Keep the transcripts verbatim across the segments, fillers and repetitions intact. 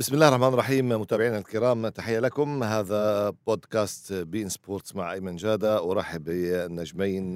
بسم الله الرحمن الرحيم. متابعينا الكرام، تحية لكم. هذا بودكاست بي إن سبورتس مع أيمن جادة. أرحب بالنجمين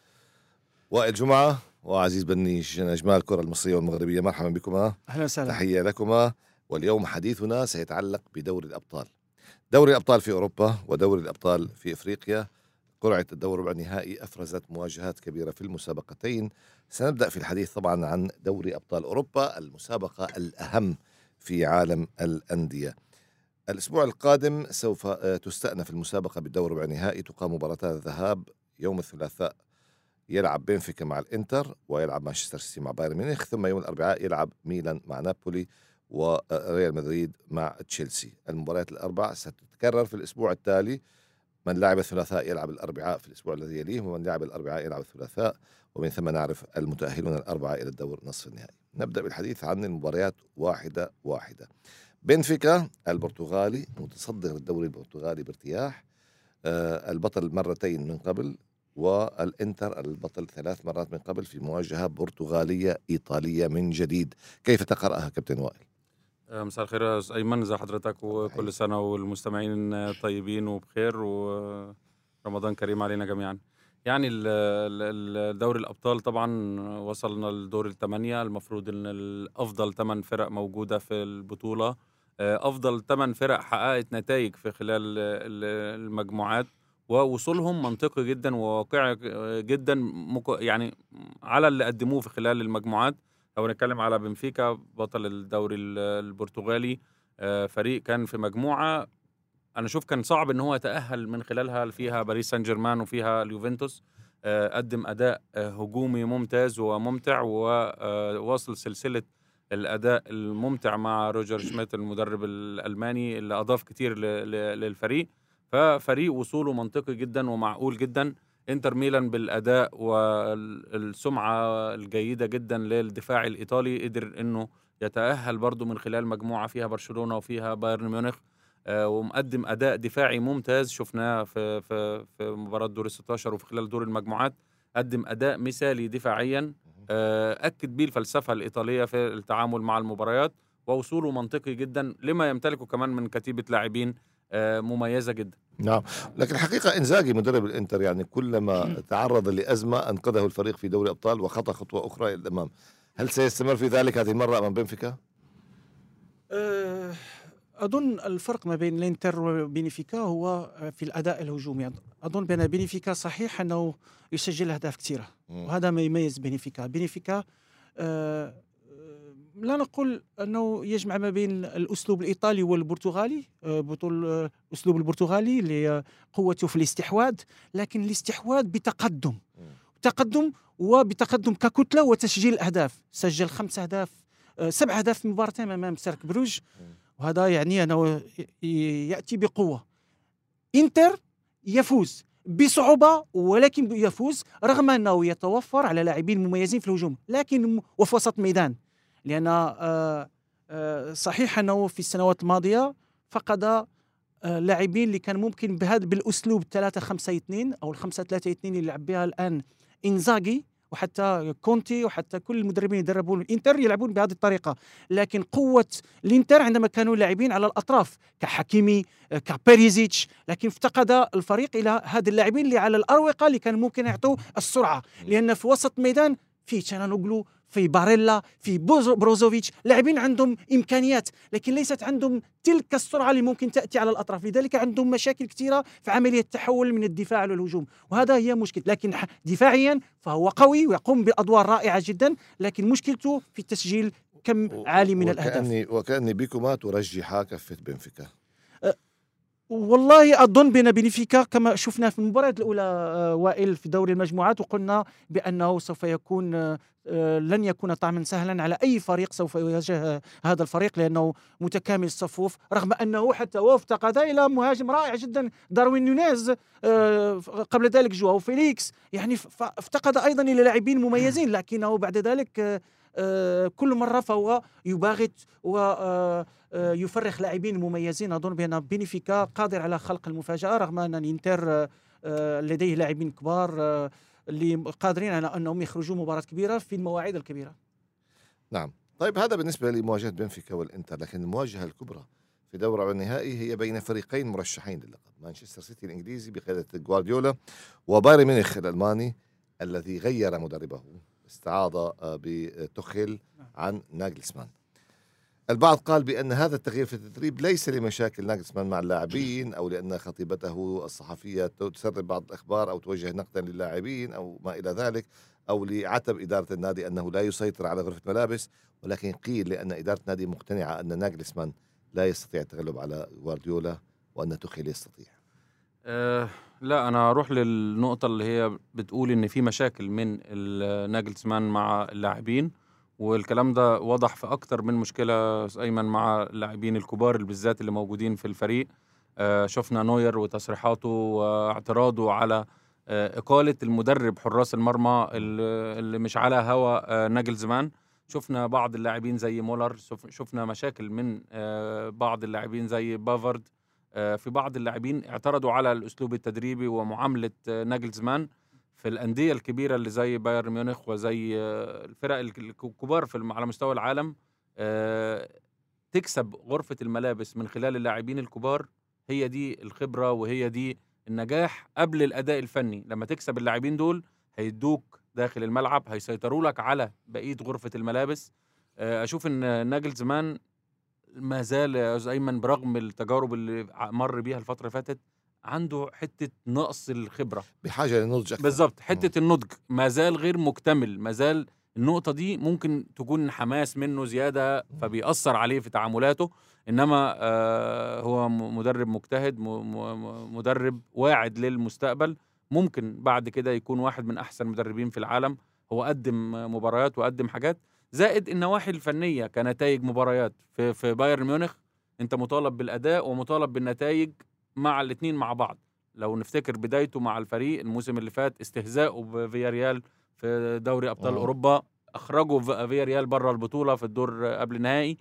وائل جمعة وعزيز بنيش، نجما الكرة المصرية والمغربية. مرحبا بكما، أهلا وسهلا. تحية لكما. واليوم حديثنا سيتعلق بدوري الأبطال، دوري الأبطال في أوروبا ودوري الأبطال في إفريقيا. قرعة الدور ربع النهائي أفرزت مواجهات كبيرة في المسابقتين. سنبدأ في الحديث طبعا عن دوري أبطال أوروبا، المسابقة الأهم في عالم الأندية. الأسبوع القادم سوف تستأنف المسابقة بالدور ربع النهائي. تقام مباراتها الذهاب يوم الثلاثاء، يلعب بنفيكا مع الإنتر ويلعب مانشستر سيتي مع بايرن ميونخ، ثم يوم الأربعاء يلعب ميلان مع نابولي وريال مدريد مع تشيلسي. المباريات الأربع ستتكرر في الأسبوع التالي. من لعب الثلاثاء يلعب الأربعاء في الأسبوع الذي يليه، ومن لعب الأربعاء يلعب الثلاثاء، ومن ثم نعرف المتأهلون الأربعة إلى الدور نصف النهائي. نبدأ بالحديث عن المباريات واحدة واحدة. بنفيكا البرتغالي متصدر الدوري البرتغالي بارتياح، آه البطل مرتين من قبل، والإنتر البطل ثلاث مرات من قبل في مواجهة برتغالية إيطالية من جديد. كيف تقرأها كابتن وائل؟ مساء الخير يا أستاذ أيمن، ازي حضرتك؟ وكل سنة والمستمعين طيبين وبخير، ورمضان كريم علينا جميعا. يعني الدوري الأبطال طبعا وصلنا لدور الثمانية. المفروض أن الأفضل ثمان فرق موجودة في البطولة، أفضل ثمان فرق حققت نتائج في خلال المجموعات، ووصولهم منطقي جدا وواقعي جدا يعني على اللي قدموه في خلال المجموعات. لو نتكلم على بنفيكا بطل الدوري البرتغالي، فريق كان في مجموعة أنا شوف كان صعب إن هو يتأهل من خلالها، فيها باريس سان جيرمان وفيها اليوفنتوس. قدم أداء هجومي ممتاز وممتع، وواصل سلسلة الأداء الممتع مع روجر شميت المدرب الألماني اللي أضاف كتير للفريق. ففريق وصوله منطقي جدا ومعقول جدا. انتر ميلان بالأداء والسمعة الجيدة جدا للدفاع الإيطالي قدر إنه يتأهل برضو من خلال مجموعة فيها برشلونة وفيها بايرن ميونخ، آه ومقدم أداء دفاعي ممتاز شفناه في في في مباراة دور الستاشر وفي خلال دور المجموعات. قدم أداء مثالي دفاعيا، آه أكد بيه الفلسفة الإيطالية في التعامل مع المباريات، ووصوله منطقي جدا لما يمتلكه كمان من كتيبة لاعبين آه مميزة جدا. نعم، لكن الحقيقة إنزاغي مدرب الإنتر يعني كلما تعرض لأزمة أنقذه الفريق في دوري الأبطال وخطى خطوة أخرى إلى الأمام. هل سيستمر في ذلك هذه المرة أمام بنفيكا؟ أظن الفرق ما بين الإنتر وبنفيكا هو في الأداء الهجومي. أظن بأن بنفيكا صحيح أنه يسجل أهداف كثيرة، وهذا ما يميز بنفيكا. بنفيكا آه لا نقول أنه يجمع ما بين الأسلوب الإيطالي والبرتغالي، بطول الأسلوب البرتغالي اللي قوته في الاستحواذ، لكن الاستحواذ بتقدم تقدم وبتقدم ككتلة وتسجيل أهداف. سجل خمس أهداف سبع أهداف في مباراتين أمام سيرك بروج، وهذا يعني أنه يأتي بقوة. إنتر يفوز بصعوبة، ولكن يفوز رغم أنه يتوفر على لاعبين مميزين في الهجوم لكن وفي وسط ميدان. لأن صحيح أنه في السنوات الماضية فقد لاعبين اللي كان ممكن بهذا بالأسلوب ثلاثة خمسة اثنين أو الخمسة ثلاثة اثنين اللي يلعب بها الآن إنزاغي وحتى كونتي وحتى كل المدربين يدربون الإنتر يلعبون بهذه الطريقة. لكن قوة الإنتر عندما كانوا لاعبين على الأطراف كحكيمي كبيريزيتش، لكن افتقد الفريق إلى هذه اللاعبين اللي على الأروقة اللي كان ممكن يعطوا السرعة، لأن في وسط ميدان في تشانانوغلو في باريلا في بروزوفيتش لاعبين عندهم إمكانيات، لكن ليست عندهم تلك السرعة اللي ممكن تأتي على الأطراف. لذلك عندهم مشاكل كثيرة في عملية التحول من الدفاع للهجوم، وهذا هي مشكلة. لكن دفاعيا فهو قوي ويقوم بأدوار رائعة جدا، لكن مشكلته في التسجيل كم عالي من الأهداف. وكأني, وكأني بكما ترجح كفة بنفيكا. أه والله أظن بأن بنفيكا كما شفنا في المباراة الأولى وائل في دوري المجموعات، وقلنا بأنه سوف يكون لن يكون طعما سهلا على أي فريق سوف يواجه هذا الفريق، لأنه متكامل الصفوف، رغم أنه حتى هو افتقد إلى مهاجم رائع جدا داروين نونيز، قبل ذلك جواو فيليكس، يعني افتقد أيضا إلى لاعبين مميزين، لكنه بعد ذلك كل مرة فهو يباغت ويفرخ لاعبين مميزين. أظن بأن بنفيكا قادر على خلق المفاجأة، رغم أن الإنتر لديه لاعبين كبار اللي قادرين على أنهم يخرجوا مباراة كبيرة في المواعيد الكبيرة. نعم طيب هذا بالنسبة لمواجهة بنفيكا والإنتر، لكن المواجهة الكبرى في دور ربع النهائي هي بين فريقين مرشحين للقب، مانشستر سيتي الإنجليزي بقيادة جوارديولا وبايرن ميونخ الألماني الذي غير مدربه، استعاض بتوخيل عن ناغلسمان. البعض قال بأن هذا التغيير في التدريب ليس لمشاكل ناغلسمان مع اللاعبين أو لأن خطيبته الصحفية تسرب بعض الأخبار أو توجه نقدا للاعبين أو ما إلى ذلك، أو لعتب إدارة النادي أنه لا يسيطر على غرفة ملابس، ولكن قيل لأن إدارة النادي مقتنعة أن ناغلسمان لا يستطيع التغلب على جوارديولا وأن توخيل يستطيع. أه لا، أنا أروح للنقطة اللي هي بتقول إن في مشاكل من ناغلسمان مع اللاعبين، والكلام ده واضح في أكتر من مشكلة أيمن مع اللاعبين الكبار بالذات اللي موجودين في الفريق. أه شفنا نوير وتصريحاته واعتراضه على أه إقالة المدرب حراس المرمى اللي مش على هوا أه ناغلسمان. شفنا بعض اللاعبين زي مولر، شفنا مشاكل من أه بعض اللاعبين زي بافارد. في بعض اللاعبين اعترضوا على الأسلوب التدريبي ومعاملة ناغلسمان في الأندية الكبيرة اللي زي بايرن ميونخ وزي الفرق الكبار في على مستوى العالم. تكسب غرفة الملابس من خلال اللاعبين الكبار، هي دي الخبرة وهي دي النجاح قبل الأداء الفني. لما تكسب اللاعبين دول هيدوك داخل الملعب، هيسيطروا لك على بقية غرفة الملابس. أشوف إن ناغلسمان ما زال يا أستاذ أيمن برغم التجارب اللي مر بيها الفترة اللي فاتت عنده حتة نقص الخبرة، بحاجة للنضج أكثر. بالظبط، حتة النضج ما زال غير مكتمل، ما زال النقطة دي ممكن تكون حماس منه زيادة فبيأثر عليه في تعاملاته. إنما آه هو مدرب مجتهد، مدرب واعد للمستقبل، ممكن بعد كده يكون واحد من أحسن مدربين في العالم. هو قدم مباريات وقدم حاجات، زائد النواحي الفنية كنتائج مباريات في, في بايرن ميونخ. انت مطالب بالأداء ومطالب بالنتائج مع الاثنين مع بعض. لو نفتكر بدايته مع الفريق الموسم اللي فات، استهزاؤه بفياريال في دوري أبطال أوه. أوروبا، أخرجوا فياريال بره البطولة في الدور قبل النهائي.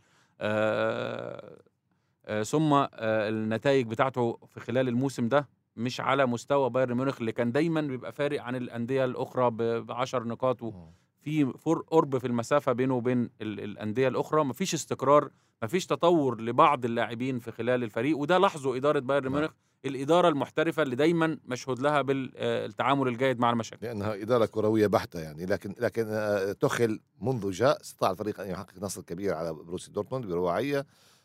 آآ آآ ثم آآ النتائج بتاعته في خلال الموسم ده مش على مستوى بايرن ميونخ اللي كان دايما بيبقى فارق عن الأندية الأخرى بعشر نقاط و في قرب في المسافة بينه وبين الأندية الأخرى. مفيش استقرار، مفيش تطور لبعض اللاعبين في خلال الفريق، وده لاحظوا إدارة بايرن ميونخ، الإدارة المحترفة اللي دايما مشهود لها بالتعامل الجيد مع المشاكل، لأنها إدارة كروية بحتة يعني. لكن لكن توخيل منذ جاء استطاع الفريق أن يحقق نصر كبير على بروسيا دورتموند برواعية.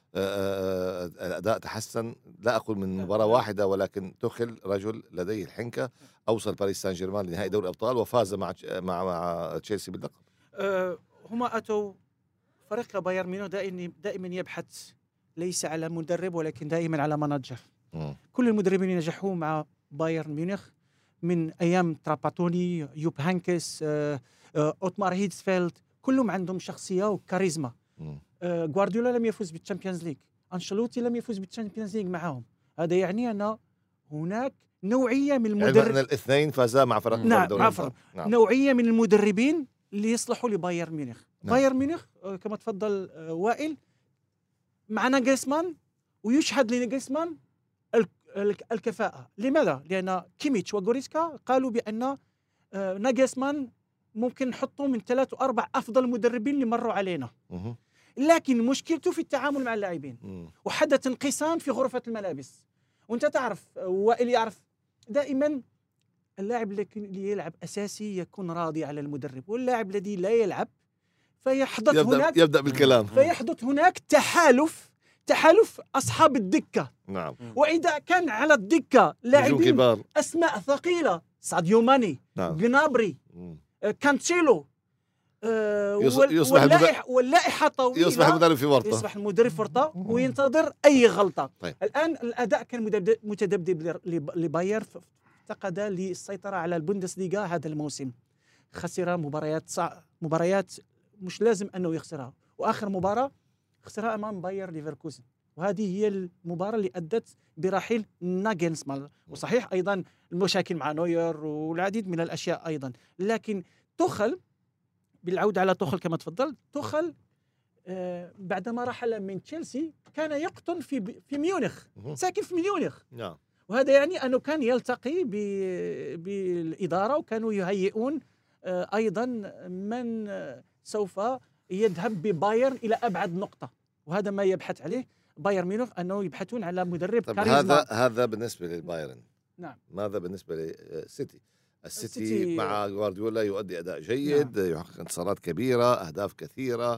الأداء تحسن، لا أقول من مباراة واحدة، ولكن توخيل رجل لديه الحنكة. أوصل باريس سان جيرمان لنهائي دوري الأبطال وفاز مع مع مع تشيلسي باللقب. أه هما أتوا فريق بايرن ميونخ دائما دائما يبحث ليس على مدرب ولكن دائما على مناجر. كل المدربين اللي نجحوا مع بايرن ميونخ من أيام تراباتوني، يوب هانكس، أه أه أوتمار هيتسفيلد، كلهم عندهم شخصية وكاريزما. أه غوارديولا لم يفوز بالتشامبيونز ليج، أنشيلوتي لم يفوز بالتشامبيونز ليج معهم. هذا يعني أن هناك نوعية من المدرب، يعني الاثنين فازا مع فرق نعم مع فرق. نعم. نوعية من المدربين اللي يصلحوا لبايرن ميونخ. نعم. بايرن ميونخ كما تفضل وائل مع ناغلسمان، ويشهد لناغلسمان الكفاءة. لماذا؟ لأن كيميتش وغوريسكا قالوا بأن ناغلسمان ممكن نحطه من ثلاث وأربع أفضل المدربين اللي مروا علينا. مه. لكن مشكلته في التعامل مع اللاعبين، وحدث انقسام في غرفة الملابس. وانت تعرف وائل يعرف دائما اللاعب اللي يلعب أساسي يكون راضي على المدرب، واللاعب الذي لا يلعب فيحدث يبدأ هناك يبدأ بالكلام فيحدث هناك تحالف تحالف أصحاب الدكة. نعم. وإذا كان على الدكة لاعبين أسماء ثقيلة، ساديو ماني، نعم. جنابري، كانتشيلو، أه يصبح واللائحة, واللائحة طويلة، يصبح المدرب في ورطة يصبح المدرب في ورطة وينتظر أي غلطة. طيب. الآن الأداء كان متذبذب لباير، افتقد للسيطرة على البوندسليغا هذا الموسم. خسر مباريات صع... مباريات مش لازم أنه يخسرها، وآخر مباراة خسرها أمام باير ليفركوزن، وهذه هي المباراة اللي أدت برحيل ناغلسمان. وصحيح أيضا المشاكل مع نوير والعديد من الأشياء أيضا. لكن توخل، بالعودة على توخل كما تفضل، توخل آه بعدما رحل من تشيلسي كان يقطن في في ميونخ، ساكن في ميونخ. نعم. وهذا يعني أنه كان يلتقي بالإدارة، وكانوا يهيئون آه أيضا من سوف يذهب ببايرن الى ابعد نقطه، وهذا ما يبحث عليه بايرن ميونخ، انه يبحثون على مدرب طب كاريزما. هذا هذا بالنسبه للبايرن. نعم. ماذا بالنسبه للسيتي؟ السيتي السيتي مع جوارديولا يؤدي اداء جيد، نعم. يحقق انتصارات كبيره، اهداف كثيره.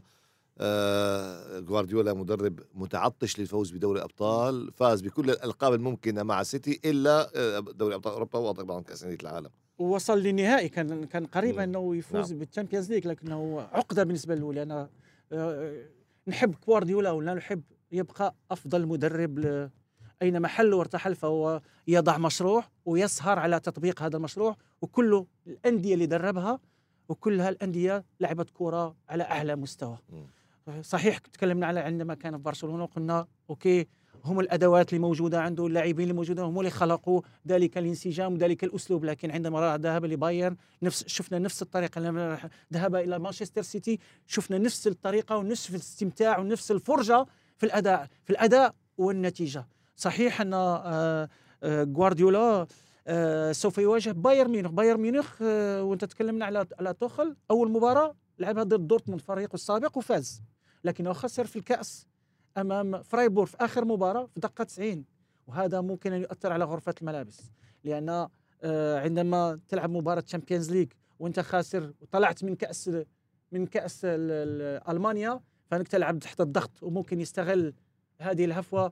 آه جوارديولا مدرب متعطش للفوز بدوري الابطال، فاز بكل الالقاب الممكنه مع السيتي الا دوري ابطال اوروبا وطبعا كاس العالم، ووصل للنهائي، كان كان قريب مم. انه يفوز نعم. بالتشامبيونز ليج، لكنه عقده بالنسبه له. لان آه، نحب جوارديولا ولا نحب، يبقى افضل مدرب ل... اينما حل وارتحل فهو يضع مشروع ويسهر على تطبيق هذا المشروع، وكل الانديه اللي دربها وكلها الانديه لعبت كره على اعلى مستوى. مم. صحيح تكلمنا على عندما كان في برشلونه وقلنا اوكي، هم الادوات اللي موجوده عنده، اللاعبين اللي موجودين هم اللي خلقوا ذلك الانسجام وذلك الاسلوب، لكن عندما ذهب لبايرن نفس شفنا نفس الطريقه. لما ذهب الى مانشستر سيتي شفنا نفس الطريقه ونفس الاستمتاع ونفس الفرجه في الاداء في الاداء والنتيجه. صحيح ان آه آه جوارديولا آه سوف يواجه بايرن ميونخ. بايرن ميونخ آه وانت تكلمنا على على توخل، اول مباراه لعبها ضد دورتموند فريقه السابق وفاز، لكنه خسر في الكأس أمام فرايبور في آخر مباراة في دقة تسعين، وهذا ممكن أن يؤثر على غرفة الملابس. لأن عندما تلعب مباراة تشامبيونز ليج وأنت خاسر وطلعت من كأس من كأس ألمانيا، فأنك تلعب تحت الضغط، وممكن يستغل هذه الهفوة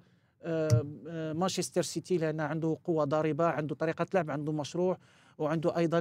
مانشستر سيتي، لأن عنده قوة ضاربة، عنده طريقة لعب، عنده مشروع، وعنده أيضا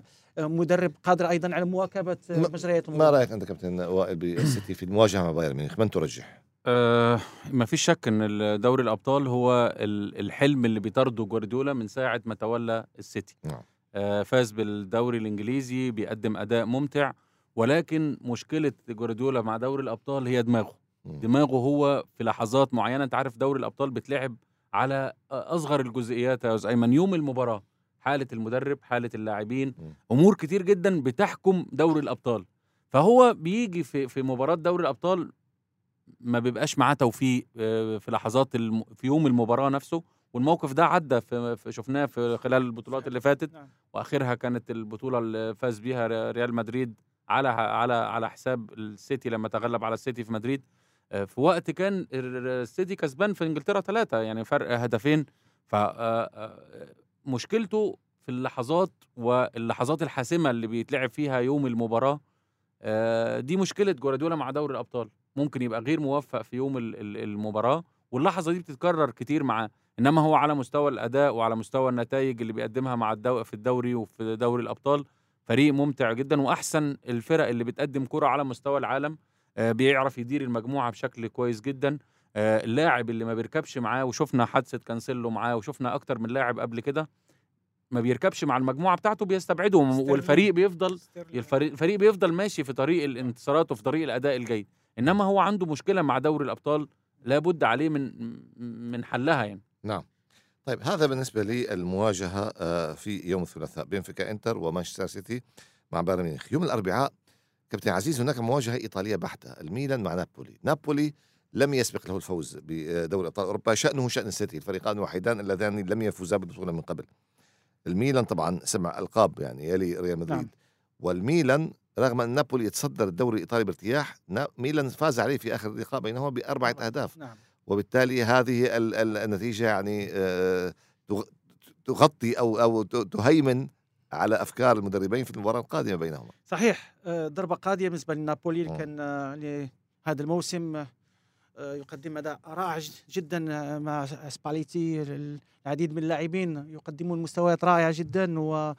مدرب قادر أيضا على مواكبة مجريات المباراة. ما رأيك أنت كابتن وائل بالسيتي في المواجهة مع بايرن ميونخ؟ من ترجح؟ أه ما فيش شك ان دوري الابطال هو الحلم اللي بيطارده جوارديولا من ساعه ما تولى السيتي. نعم. أه فاز بالدوري الانجليزي، بيقدم اداء ممتع، ولكن مشكله جوارديولا مع دوري الابطال هي دماغه. م. دماغه هو في لحظات معينه، انت عارف دوري الابطال بتلعب على اصغر الجزئيات يا أستاذ أيمن، يوم المباراه، حاله المدرب، حاله اللاعبين، امور كتير جدا بتحكم دوري الابطال. فهو بيجي في في مباراه دوري الابطال ما بيبقاش معاه توفيق في لحظات الم... في يوم المباراة نفسه، والموقف ده عدى في... في شفناه في خلال البطولات اللي فاتت. نعم. واخرها كانت البطولة اللي فاز بيها ريال مدريد على على على حساب السيتي لما تغلب على السيتي في مدريد، في وقت كان السيتي كسبان في انجلترا ثلاثة، يعني فرق هدفين. فمشكلته في اللحظات واللحظات الحاسمة اللي بيتلعب فيها يوم المباراة. دي مشكلة جوارديولا مع دوري الأبطال، ممكن يبقى غير موفق في يوم المباراة، واللحظة دي بتتكرر كتير معاه. إنما هو على مستوى الأداء وعلى مستوى النتائج اللي بيقدمها مع الدو... في الدوري وفي دوري الأبطال، فريق ممتع جدا، وأحسن الفرق اللي بتقدم كرة على مستوى العالم. بيعرف يدير المجموعة بشكل كويس جدا. اللاعب اللي ما بيركبش معاه، وشفنا حادثة كانسيلو معاه، وشفنا أكتر من لاعب قبل كده ما بيركبش مع المجموعه بتاعته بيستبعدهم، والفريق بيفضل الفريق, الفريق بيفضل ماشي في طريق الانتصارات وفي طريق الاداء الجيد. انما هو عنده مشكله مع دوري الابطال لابد عليه من من حلها يعني. نعم. طيب هذا بالنسبه للمواجهه في يوم الثلاثاء بنفيكا انتر ومانشستر سيتي مع بايرن ميونخ. يوم الاربعاء كابتن عزيز هناك مواجهه ايطاليه بحته، الميلان مع نابولي. نابولي لم يسبق له الفوز بدوري ابطال اوروبا، شانه شان السيتي، الفريقان الوحيدان اللذان لم يفوزا بالبطوله من قبل. الميلان طبعا سمع القاب يعني يلي ريال مدريد. نعم. والميلان رغم ان نابولي يتصدر الدوري الايطالي بارتياح، ميلان فاز عليه في اخر اللقاء بينهما باربعه نعم. اهداف. نعم. وبالتالي هذه النتيجه يعني تغطي او او تهيمن على افكار المدربين في المباراه القادمه بينهما. صحيح، ضربه قاضيه بالنسبه لنابولي، كان هذا الموسم يقدم أداء رائع جدا مع سباليتي. العديد من اللاعبين يقدمون مستويات رائعة جدا، و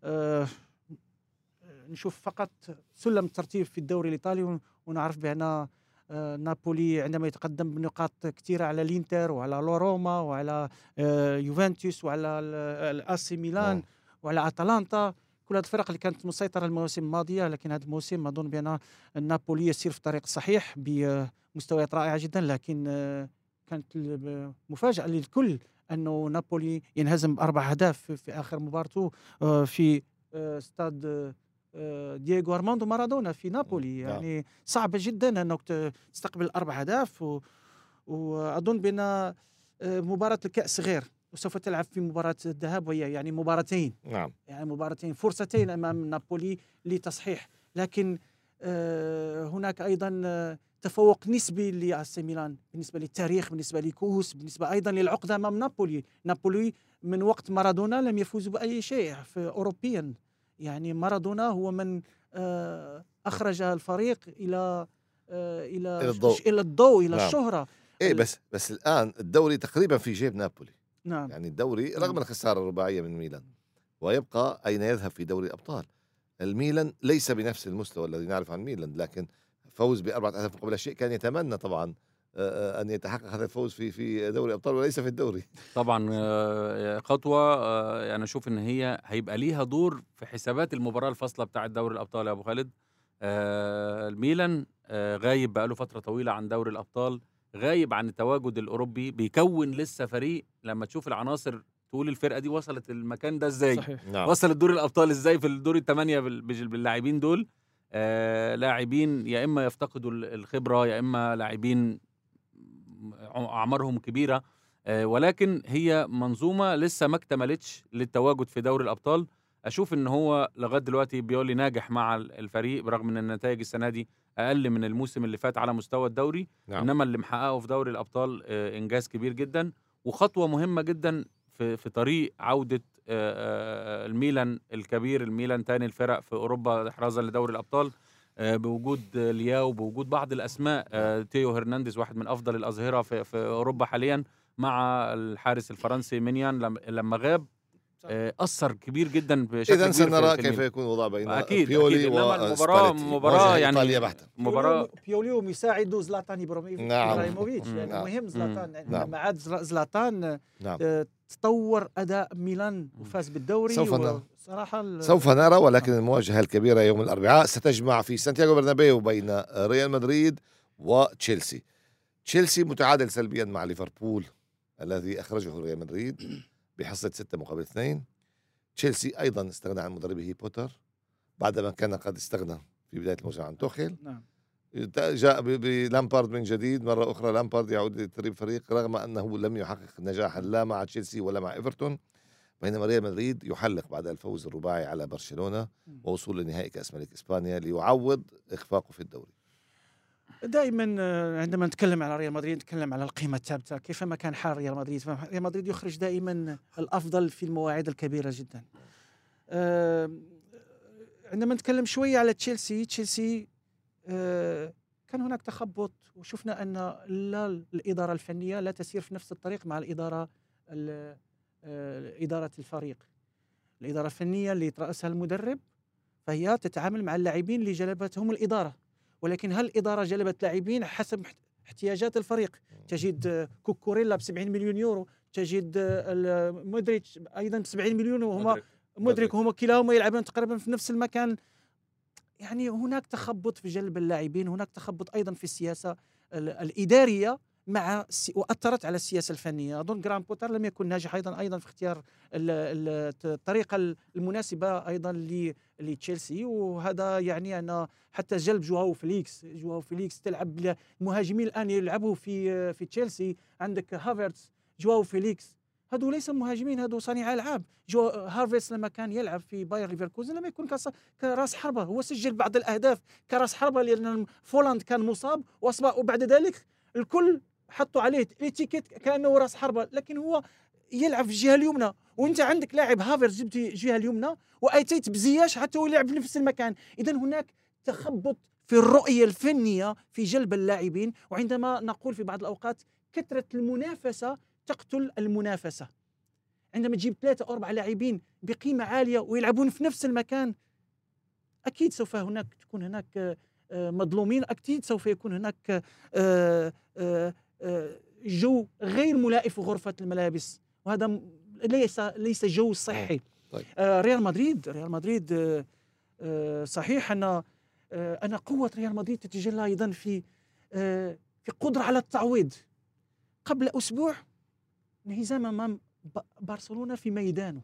نشوف فقط سلم الترتيب في الدوري الإيطالي ونعرف بأن نابولي عندما يتقدم بنقاط كثيرة على الانتر وعلى روما وعلى يوفنتوس وعلى الاسي ميلان وعلى اتلانتا، كل هذه الفرق اللي كانت مسيطرة المواسم الماضية، لكن هذا الموسم أظن بأن نابولي يسير في الطريق الصحيح بمستويات رائعة جدا. لكن كانت مفاجأة للكل أنه نابولي ينهزم بأربع أهداف في آخر مباراته في استاد دييغو أرماندو مارادونا في نابولي. يعني صعبة جدا أنك تستقبل أربع أهداف، وأظن بأن مباراة الكأس غير، وسوف تلعب في مباراة الذهاب وهي يعني مباراتين. نعم. يعني مباراتين، فرصتين أمام نابولي لتصحيح. لكن آه، هناك أيضا آه، تفوق نسبي لإي سي ميلان بالنسبة للتاريخ، بالنسبة لكؤوس، بالنسبة أيضا للعقدة أمام نابولي. نابولي من وقت مارادونا لم يفوز بأي شيء في أوروبيا. يعني مارادونا هو من آه، أخرج الفريق إلى آه، إلى إلى الضوء. إلى الضوء، إلى نعم. الشهرة. إيه ال- بس بس الآن الدوري تقريبا في جيب نابولي. نعم. يعني الدوري نعم. رغم الخسارة الرباعية من ميلان، ويبقى أين يذهب في دوري الأبطال. الميلان ليس بنفس المستوى الذي نعرف عن ميلان، لكن فوز بأربعة أهداف قبل شيء كان يتمنى طبعا آه، أن يتحقق هذا الفوز في في دوري الأبطال وليس في الدوري. طبعا آه، خطوه آه، انا اشوف ان هي هيبقى ليها دور في حسابات المباراه الفاصله بتاعه دوري الابطال يا ابو خالد. آه، الميلان آه، غايب بقاله فتره طويله عن دوري الابطال، غايب عن التواجد الاوروبي، بيكون لسه فريق. لما تشوف العناصر تقول الفرقه دي وصلت المكان ده ازاي، صحيح. نعم. وصلت دور الابطال ازاي في الدور الثمانيه بال- بال- باللاعبين دول. آه لاعبين يا اما يفتقدوا ال- الخبره، يا اما لاعبين اعمارهم كبيره. آه ولكن هي منظومه لسه ما اكتملتش للتواجد في دوري الابطال. اشوف ان هو لغايه دلوقتي بيولي ناجح مع ال- الفريق، برغم ان النتائج السنه دي اقل من الموسم اللي فات على مستوى الدوري. نعم. انما اللي محققه في دوري الابطال آه انجاز كبير جدا، وخطوه مهمه جدا في في طريق عوده آه، آه، الميلان الكبير، الميلان تاني الفرق في اوروبا احرازا لدوري الابطال، آه، بوجود آه، لياو، بوجود بعض الاسماء. آه، تيو هرنانديز واحد من افضل الاظهره في في اوروبا حاليا، مع الحارس الفرنسي مينيان لم- لما غاب آه، اثر كبير جدا بشكل إذا كبير في سنرى في كيف الميلان. يكون الوضع بين اكيد بيولي اكيد انما المباراه وسباليتي. مباراه مواجهة يعني إيطاليا بحتة. مباراه بيولي ومساعده زلاتان إبراهيموفيتش. نعم. إبراهيموفيتش مم. يعني نعم. مهم زلاتان. يعني نعم. لما عاد زلا- زلاتان نعم. آه، تطور أداء ميلان وفاز بالدوري. سوف نرى. صراحة سوف نرى، ولكن المواجهة الكبيرة يوم الأربعاء ستجمع في سانتياغو برنابيو بين ريال مدريد وتشيلسي. تشيلسي متعادل سلبيا مع ليفربول الذي أخرجه ريال مدريد بحصة ستة مقابل اثنين. تشيلسي أيضا استغنى عن مدربه بوتر بعدما كان قد استغنى في بداية الموسم عن توخيل. نعم. جاء ب- بلامبارد من جديد مرة أخرى. لامبارد يعود لتدريب فريق رغم أنه لم يحقق نجاحا لا مع تشيلسي ولا مع إيفرتون، بينما ريال مدريد يحلق بعد الفوز الرباعي على برشلونة ووصول لنهائي كأس ملك إسبانيا ليعوض إخفاقه في الدوري. دائما آه، عندما نتكلم على ريال مدريد نتكلم على القيمة الثابتة. كيفما كان حال ريال مدريد، ريال مدريد يخرج دائما الأفضل في المواعيد الكبيرة جدا. آه، عندما نتكلم شوية على تشيلسي، تشيلسي آه، كان هناك تخبط، وشفنا أن لا الإدارة الفنية لا تسير في نفس الطريق مع الإدارة ال- آه، إدارة الفريق. الإدارة الفنية اللي يترأسها المدرب فهي تتعامل مع اللاعبين اللي جلبتهم الإدارة، ولكن هل الإدارة جلبت لاعبين حسب احت- احتياجات الفريق؟ تجد آه، كوكوريلا ب سبعين مليون يورو، تجد آه، ال- مودريتش أيضا ب سبعين مليون، وهما مدرك. مدرك هما كلاهما يلعبون تقريبا في نفس المكان. يعني هناك تخبط في جلب اللاعبين، هناك تخبط أيضا في السياسة ال- الإدارية مع السي... وأثرت على السياسة الفنية. أظن جرام بوتر لم يكن ناجح أيضا أيضا في اختيار ال- ال- الطريقة المناسبة أيضا ل- لتشيلسي، وهذا يعني أن حتى جلب جواو فيليكس جواو فيليكس تلعب المهاجمين الآن يلعبوا في في تشيلسي. عندك هافرتس، جواو فيليكس، هادو ليس مهاجمين، هادو صانع العاب. جو هارفيس لما كان يلعب في باير ليفركوزن لم يكن كص- كراس حربة، هو سجل بعض الأهداف كراس حربة لأن فولاند كان مصاب وأصبح، وبعد ذلك الكل حطوا عليه الاتيكيت كأنه راس حربة، لكن هو يلعب في الجهة اليمنى. وانت عندك لاعب هافرز جبتي الجهة اليمنى وأتيت بزياش حتى هو يلعب في نفس المكان. إذا هناك تخبط في الرؤية الفنية في جلب اللاعبين. وعندما نقول في بعض الأوقات كثرة المنافسة تقتل المنافسة، عندما تجيب ثلاثة أو أربعة لاعبين بقيمة عالية ويلعبون في نفس المكان أكيد سوف هناك تكون هناك آه، مظلومين، أكيد سوف يكون هناك آه، آه، آه، جو غير ملائم في غرفة الملابس، وهذا م- ليس ليس جو صحي. طيب. آه، ريال مدريد ريال مدريد آه، آه، صحيح أن آه، أن قوة ريال مدريد تتجلى أيضا في آه، في قدرة على التعويض. قبل أسبوع انهزام أمام ب- برشلونة في ميدانه،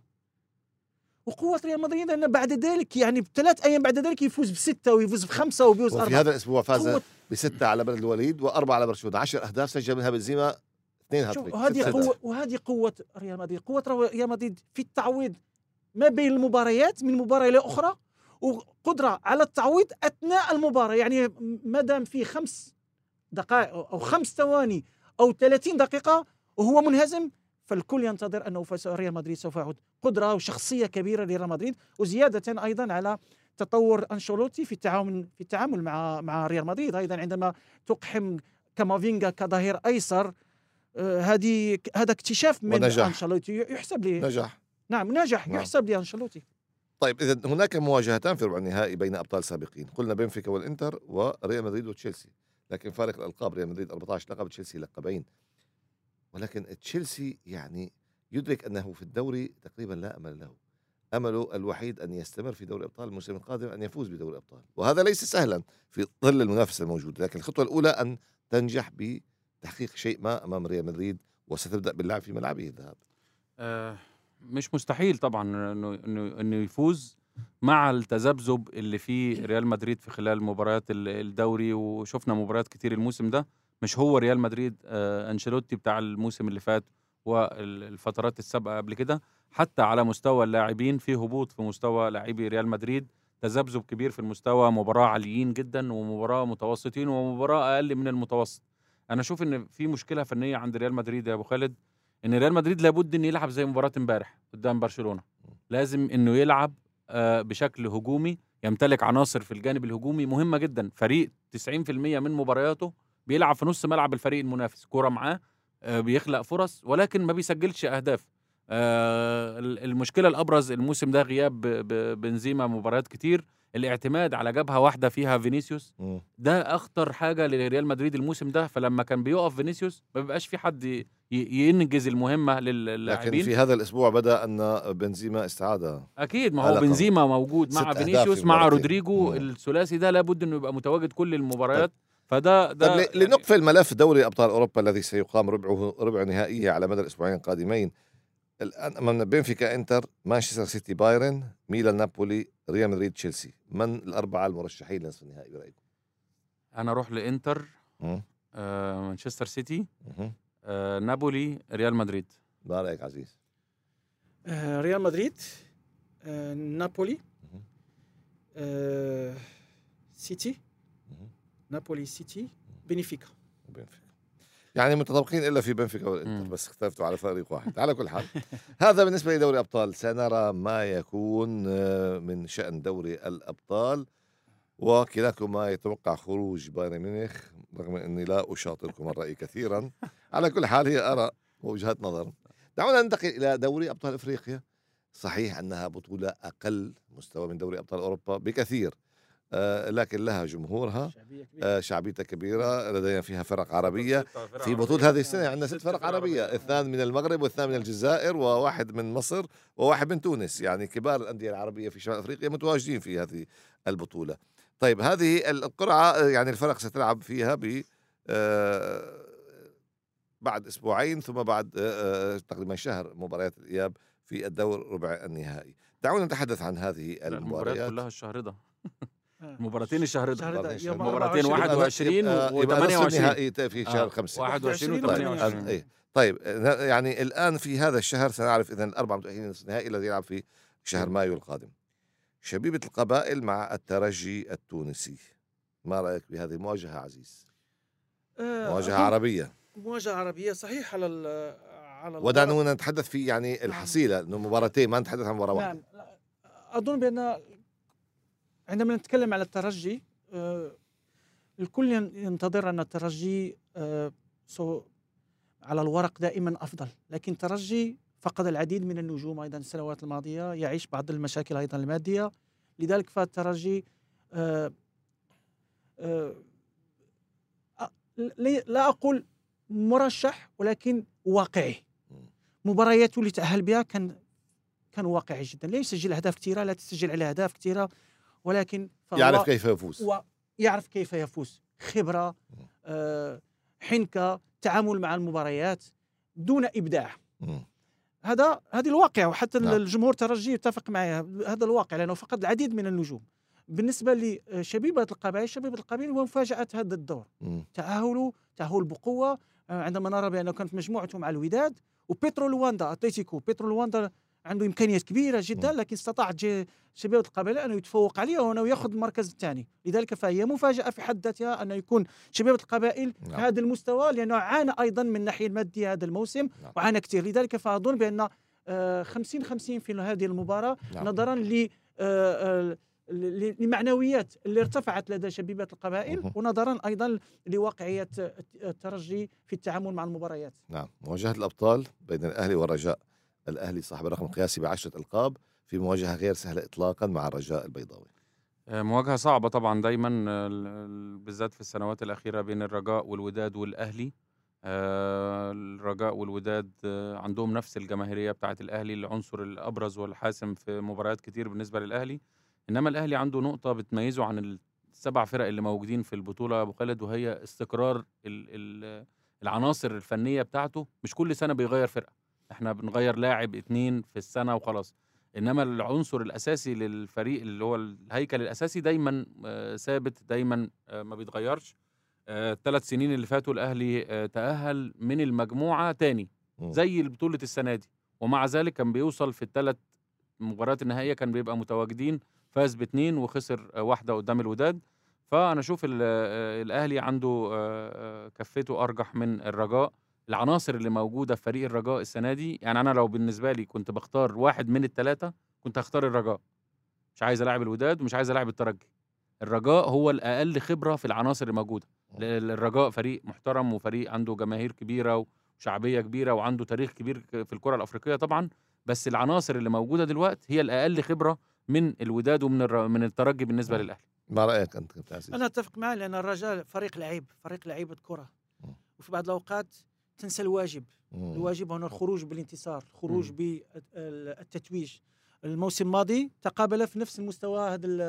وقوة ريال مدريد أن بعد ذلك يعني بثلاث أيام بعد ذلك يفوز بستة ويفوز بخمسة ويفوز وفي أربعة. هذا الأسبوع فاز قوة بستة على بلد الوليد وأربعة على برشلونة، عشر أهداف سجل منها بنزيما اثنين شوف، هاتريك. وهذه ست قوة أهداف. وهذه قوة ريال مدريد. قوة ريال مدريد في التعويض ما بين المباريات من مباراة إلى أخرى، وقدرة على التعويض أثناء المباراة. يعني ما دام في خمس دقائق أو خمس ثواني أو ثلاثين دقيقة وهو منهزم، فالكل ينتظر أنه ريال مدريد سوف يعود. قدرة وشخصية كبيرة لريال مدريد، وزيادة أيضا على تطور أنشيلوتي في التعامل في التعامل مع مع ريال مدريد. أيضا عندما تقحم كامافينغا كظهير أيسر، هذه هذا اكتشاف من ونجح. أنشيلوتي يحسب لي. نجح. نعم نجح. نعم. يحسب لأنشيلوتي. طيب إذا هناك مواجهتان في ربع النهائي بين أبطال سابقين، قلنا بنفيكا والإنتر وريال مدريد وتشيلسي، لكن فارق الألقاب ريال مدريد أربعة عشر لقب، تشيلسي لقبين. ولكن تشيلسي يعني يدرك أنه في الدوري تقريبا لا أمل له، أمله الوحيد أن يستمر في دوري الأبطال الموسم القادم، أن يفوز بدوري الأبطال، وهذا ليس سهلا في ظل المنافسة الموجودة. لكن الخطوة الأولى أن تنجح بتحقيق شيء ما أمام ريال مدريد، وستبدأ باللعب في ملعبه الذهاب. آه مش مستحيل طبعا انه انه انه يفوز مع التذبذب اللي فيه ريال مدريد في خلال مباريات الدوري، وشفنا مباريات كتير الموسم ده. مش هو ريال مدريد آه أنشيلوتي بتاع الموسم اللي فات والفترات السابقة قبل كده. حتى على مستوى اللاعبين في هبوط في مستوى لاعبي ريال مدريد، تذبذب كبير في المستوى، مباراة عاليين جدا ومباراة متوسطين ومباراة أقل من المتوسط. أنا أشوف إن في مشكلة فنية عند ريال مدريد يا أبو خالد، إن ريال مدريد لابد إن يلعب زي مباراة امبارح قدام برشلونة. لازم إنه يلعب آه بشكل هجومي، يمتلك عناصر في الجانب الهجومي مهمة جدا. فريق تسعين بالمئة من مبارياته بيلعب في نص ملعب الفريق المنافس، كرة معاه آه بيخلق فرص ولكن ما بيسجلش أهداف. آه المشكلة الأبرز الموسم ده غياب بنزيما مباريات كتير، الاعتماد على جبهة واحدة فيها فينيسيوس، ده أخطر حاجة لريال مدريد الموسم ده. فلما كان بيقف فينيسيوس ما بيبقاش في حد ينجز المهمة للاعبين. لكن في هذا الأسبوع بدأ أن بنزيما استعاد. أكيد، ما هو بنزيما موجود مع فينيسيوس مع رودريجو، الثلاثي ده لابد أنه يبقى متواجد كل المباريات. فده ده طيب يعني لنقفل ملف دوري أبطال أوروبا الذي سيقام ربعه ربع نهائية على مدى الأسبوعين القادمين. الآن أمامنا بنفيكا، إنتر، مانشستر سيتي، بايرن، ميلان، نابولي، ريال مدريد، تشيلسي. من الأربعة المرشحين لنصف النهائي برأيكم؟ أنا أروح لإنتر، آه، مانشستر سيتي، آه، نابولي، ريال مدريد. ما رأيك عزيز؟ آه، ريال مدريد، آه، نابولي، آه، سيتي، نابولي، سيتي، بنفيكا. بنفيكا يعني متطابقين إلا في بنفيكا والإنتر، بس اختلفتوا على فريق واحد. على كل حال هذا بالنسبة لدوري أبطال. سنرى ما يكون من شأن دوري الأبطال، وكلاكما يتوقع خروج بايرن ميونخ رغم أني لا أشاطركم الرأي كثيرا. على كل حال هي آراء ووجهات نظر. دعونا ننتقل إلى دوري أبطال إفريقيا. صحيح أنها بطولة أقل مستوى من دوري أبطال أوروبا بكثير، آه لكن لها جمهورها، آه شعبيتها كبيرة، لدينا فيها فرق عربية. في بطولة هذه السنة عندنا ست فرق عربية، اثنان من المغرب واثنان من الجزائر وواحد من مصر وواحد من تونس. يعني كبار الأندية العربية في شمال أفريقيا متواجدين في هذه البطولة. طيب هذه القرعة يعني الفرق ستلعب فيها ب آه بعد أسبوعين، ثم بعد آه تقريبا شهر مباريات الإياب في الدور ربع النهائي. دعونا نتحدث عن هذه المباريات كلها الشهر ده. مباراتين الشهر ده، مباراتين واحد وعشرين وثمانية وعشرين في شهر خمسة، واحد وعشرين وثمانية وعشرين. طيب يعني الآن في هذا الشهر سنعرف إذن الأربع متأهلين لنصف النهائي الذي يلعب في شهر مايو القادم. شبيبة القبائل مع الترجي التونسي، ما رأيك بهذه المواجهة عزيز؟ آه مواجهة عربية. مواجهة عربية صحيح. على ال على ودعونا نتحدث في يعني الحصيلة، انه مباراتين، ما نتحدث عن مباراة واحدة. نعم، أظن بأن عندما نتكلم على الترجي آه الكل ينتظر أن الترجي آه على الورق دائما أفضل، لكن الترجي فقد العديد من النجوم أيضا السنوات الماضية، يعيش بعض المشاكل أيضا المادية. لذلك فالترجي آه آه لا أقول مرشح ولكن واقعي. مبارياته اللي تأهل بها كان كان واقعي جدا، لا يسجل أهداف كثيرة، لا تسجل عليه أهداف كثيرة، ولكن يعرف كيف يفوز، يعرف كيف يفوز، خبرة، آه حنكة، تعامل مع المباريات دون إبداع. م. هذا هذه الواقع، وحتى نعم. الجمهور الترجي يتفق معي، هذا الواقع، لأنه فقد العديد من النجوم. بالنسبة لشبيبة القبائل، شبيبة القبائل ومفاجأة هذا الدور، تأهلوا تأهل بقوة. عندما نرى بأنه كانت مجموعته مع الوداد وبيترو لواندا، أتلتيكو بيترو لواندا عنده امكانيات كبيره جدا، مم. لكن استطاع ج- شبيبه القبائل انه يتفوق عليه وانه ياخذ المركز الثاني. لذلك فهي مفاجاه في حد ذاتها انه يكون شبيبه القبائل في نعم. هذا المستوى، لانه عانى ايضا من الناحيه الماديه هذا الموسم، نعم. وعانى كثير. لذلك فاظن بان آه، خمسين خمسين في هذه المباراه، نعم. نظرا ل آه، آه، ل- لمعنويات اللي ارتفعت لدى شبيبه القبائل، مهم. ونظرا ايضا لواقعيه الترجي في التعامل مع المباريات. نعم. مواجهة الأبطال بين الأهلي والرجاء، الأهلي صاحب الرقم القياسي بعشرة ألقاب في مواجهة غير سهلة إطلاقا مع الرجاء البيضاوي. آه، مواجهة صعبة طبعا دايما، آه، ال- ال- بالذات في السنوات الأخيرة بين الرجاء والوداد والأهلي. آه، الرجاء والوداد آه، عندهم نفس الجماهيرية بتاعة الأهلي، العنصر الأبرز والحاسم في مباريات كتير بالنسبة للأهلي. إنما الأهلي عنده نقطة بتميزه عن السبع فرق اللي موجودين في البطولة يا أبو خالد، وهي استقرار ال- ال- العناصر الفنية بتاعته. مش كل سنة بيغير فرقة، احنا بنغير لاعب اتنين في السنة وخلاص. انما العنصر الاساسي للفريق اللي هو الهيكل الاساسي دايما آه، ثابت، دايما آه، ما بيتغيرش. الثلاث سنين اللي فاتوا الاهلي آه، تاهل من المجموعه تاني مم. زي بطوله السنه دي، ومع ذلك كان بيوصل في الثلاث مباريات النهائيه كان بيبقى متواجدين، فاز باتنين وخسر آه، واحده قدام الوداد. فانا اشوف ال- آه، الاهلي عنده آه، آه، كفته ارجح من الرجاء. العناصر اللي موجوده في فريق الرجاء السنه دي، يعني انا لو بالنسبه لي كنت بختار واحد من الثلاثه كنت هختار الرجاء. مش عايز الاعب الوداد ومش عايز الاعب الترجي. الرجاء هو الاقل خبره في العناصر الموجوده. ال- الرجاء فريق محترم وفريق عنده جماهير كبيره وشعبيه كبيره وعنده تاريخ كبير ك- في الكره الافريقيه طبعا. بس العناصر اللي موجوده دلوقتي هي الاقل خبره من الوداد ومن الر... من الترجي بالنسبه مم. للاهلي. ما رأيك أنت كابتن عزيز؟ انا اتفق معه، لان الرجاء فريق لعيب، فريق لعيبه كره، مم. وفي بعض الاوقات تنسى الواجب. مم. الواجب هنا الخروج بالانتصار، الخروج مم. بالتتويج. الموسم الماضي تقابل في نفس المستوى، هذا ال-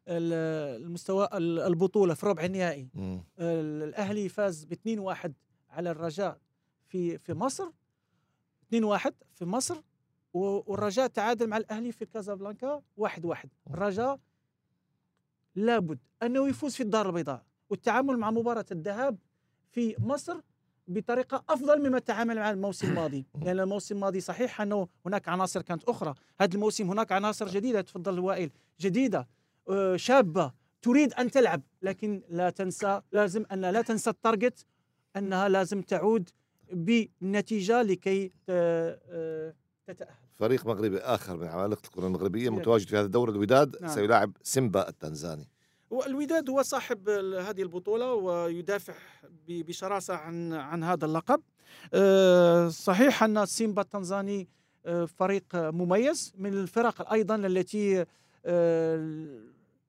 ال- المستوى ال- البطوله في ربع النهائي. مم. الاهلي فاز ب اثنين واحد على الرجاء في في مصر، اثنين واحد في مصر، و- والرجاء تعادل مع الاهلي في كازابلانكا واحد واحد. الرجاء لابد انه يفوز في الدار البيضاء، والتعامل مع مباراه الذهاب في مصر بطريقه افضل مما تعامل مع الموسم الماضي، لان الموسم الماضي صحيح انه هناك عناصر كانت اخرى، هذا الموسم هناك عناصر جديده، تفضل وائل، جديده آه، شابه تريد ان تلعب، لكن لا تنسى، لازم ان لا تنسى التارجت، انها لازم تعود بنتيجه لكي آه، آه، تتاهل. فريق مغربي آخر من عمالقة الكرة المغربية نعم. متواجد في هذا الدور، الوداد، نعم. سيلاعب سيمبا التنزاني. والوداد هو صاحب ال- هذه البطولة ويدافع ب- بشراسة عن عن هذا اللقب. آه، صحيح أن سيمبا التنزاني آه، فريق مميز من الفرق أيضا التي آه،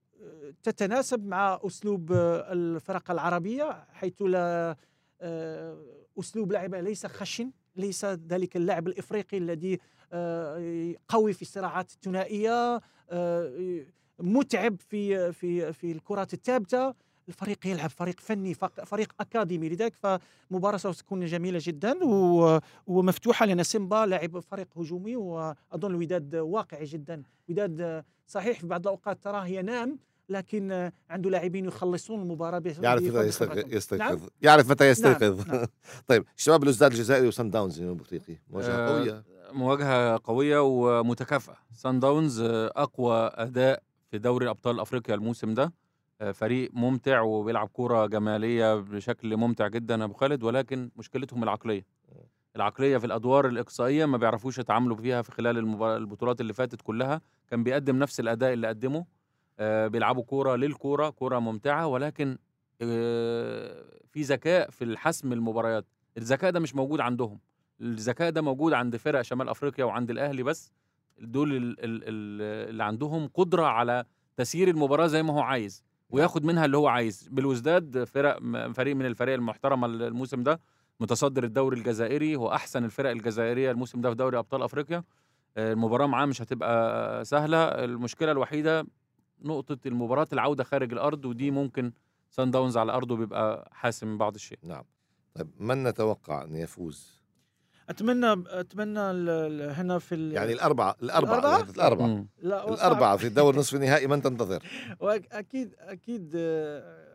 تتناسب مع أسلوب آه، الفرق العربية، حيث لا آه، أسلوب لعبه ليس خشن، ليس ذلك اللاعب الإفريقي الذي آه، قوي في الصراعات الثنائية، آه، متعب في في في الكرات الثابته. الفريق يلعب فريق فني، فق- فريق اكاديمي، لذلك فمباراه ستكون جميله جدا و- ومفتوحه، لان سيمبا لاعب فريق هجومي، واظن الوداد واقعي جدا. الوداد صحيح في بعض الاوقات تراه ينام، لكن عنده لاعبين يخلصون المباراه ب- يعرف بفضل متى خبرتهم. يستيقظ يستيقظ نعم؟ يعرف متى يستيقظ. نعم. طيب شباب الوزداد الجزائري وسان داونز الجنوب افريقي، مواجهه آه، قويه. مواجهة قوية ومتكافئة. سان داونز آه، أقوى أداء في دوري أبطال أفريقيا الموسم ده. آه، فريق ممتع وبيلعب كورة جمالية بشكل ممتع جدا يا أبو خالد، ولكن مشكلتهم العقلية. العقلية في الأدوار الإقصائية ما بيعرفوش يتعاملوا فيها. في خلال المبار- البطولات اللي فاتت كلها كان بيقدم نفس الأداء اللي قدمه. آه، بيلعبوا كورة للكورة، كورة ممتعة، ولكن آه، في ذكاء في الحسم المباريات. الذكاء ده مش موجود عندهم. الذكاء ده موجود عند فرق شمال افريقيا وعند الاهلي بس. دول ال- ال- ال- اللي عندهم قدره على تسيير المباراه زي ما هو عايز وياخد منها اللي هو عايز. بالوزداد فرق م- فريق من الفريق المحترمه الموسم ده، متصدر الدوري الجزائري، هو احسن الفرق الجزائريه الموسم ده في دوري ابطال افريقيا. آه، المباراه معاه مش هتبقى سهله. المشكله الوحيده نقطه المباراه العوده خارج الارض، ودي ممكن سان داونز على ارضه بيبقى حاسم بعض الشيء. نعم. طيب من نتوقع ان يفوز؟ اتمنى اتمنى ال- ال- هنا في ال- يعني الاربعه الاربعه الأربعة؟ الاربعه مم. لا هو صعب. الاربعه في الدور نصف النهائي، من تنتظر؟ واكيد اكيد آه،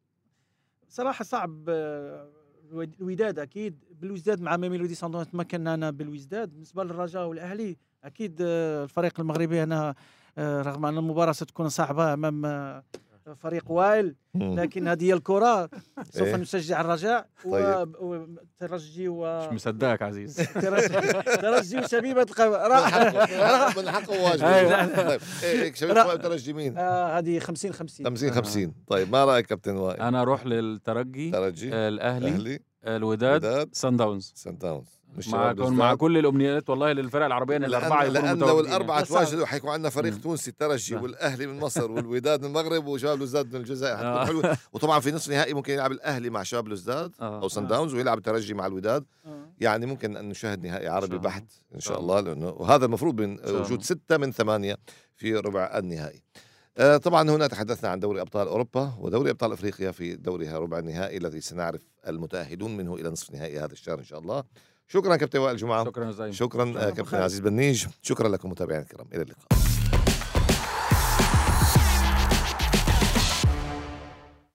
صراحه صعب. آه، الوداد اكيد، بالوزداد مع ميميلودي صندوق تمكنا انا بالوزداد. بالنسبه للرجاء والاهلي اكيد آه، الفريق المغربي انا آه، رغم ان المباراه ستكون صعبه امام آه، فريق وائل، مم. لكن هذه هي الكره. سوف إيه. نشجع الرجاء طيب. وترجي و مش مصدقك عزيز. ترجي ترجي وشبيبه القوى. من حقه واجب. طيب هيك شباب القوى ترجي مين؟ آه، هذه خمسين خمسين. خمسين خمسين. طيب ما رايك كابتن وائل؟ انا اروح للترجي، ترجي، آه، الاهلي، اهلي، الوداد، وداد، سان داونز. سان داونز. مش مع شباب كون الوزداد؟ مع كل الامنيات والله للفرق العربيه ان الاربعه لأن, يكونوا لأن لو متواجدين الأربعة يعني. تواجدوا حيكون عندنا فريق مم. تونسي الترجي صح. والأهلي من مصر والوداد من المغرب وشباب الوزداد من الجزائر، حتكون آه. حلوة. وطبعا في نصف نهائي ممكن يلعب الأهلي مع شباب الوزداد آه. أو سان آه. داونز، ويلعب الترجي مع الوداد. آه. يعني ممكن أن نشاهد نهائي عربي الله. بحت إن شاء شاء الله، لأنه وهذا المفروض من شاء وجود الله. ستة من ثمانية في ربع النهائي. آه، طبعا هنا تحدثنا عن دوري أبطال أوروبا ودوري أبطال أفريقيا في دورها ربع النهائي الذي سنعرف المتأهلون منه إلى نصف نهائي هذا الشهر إن شاء الله. شكرا كابتن وائل جمعة. شكرا زي شكرا آه، كابتن بخير. عزيز بنيج. شكرا لكم متابعينا الكرام، إلى اللقاء.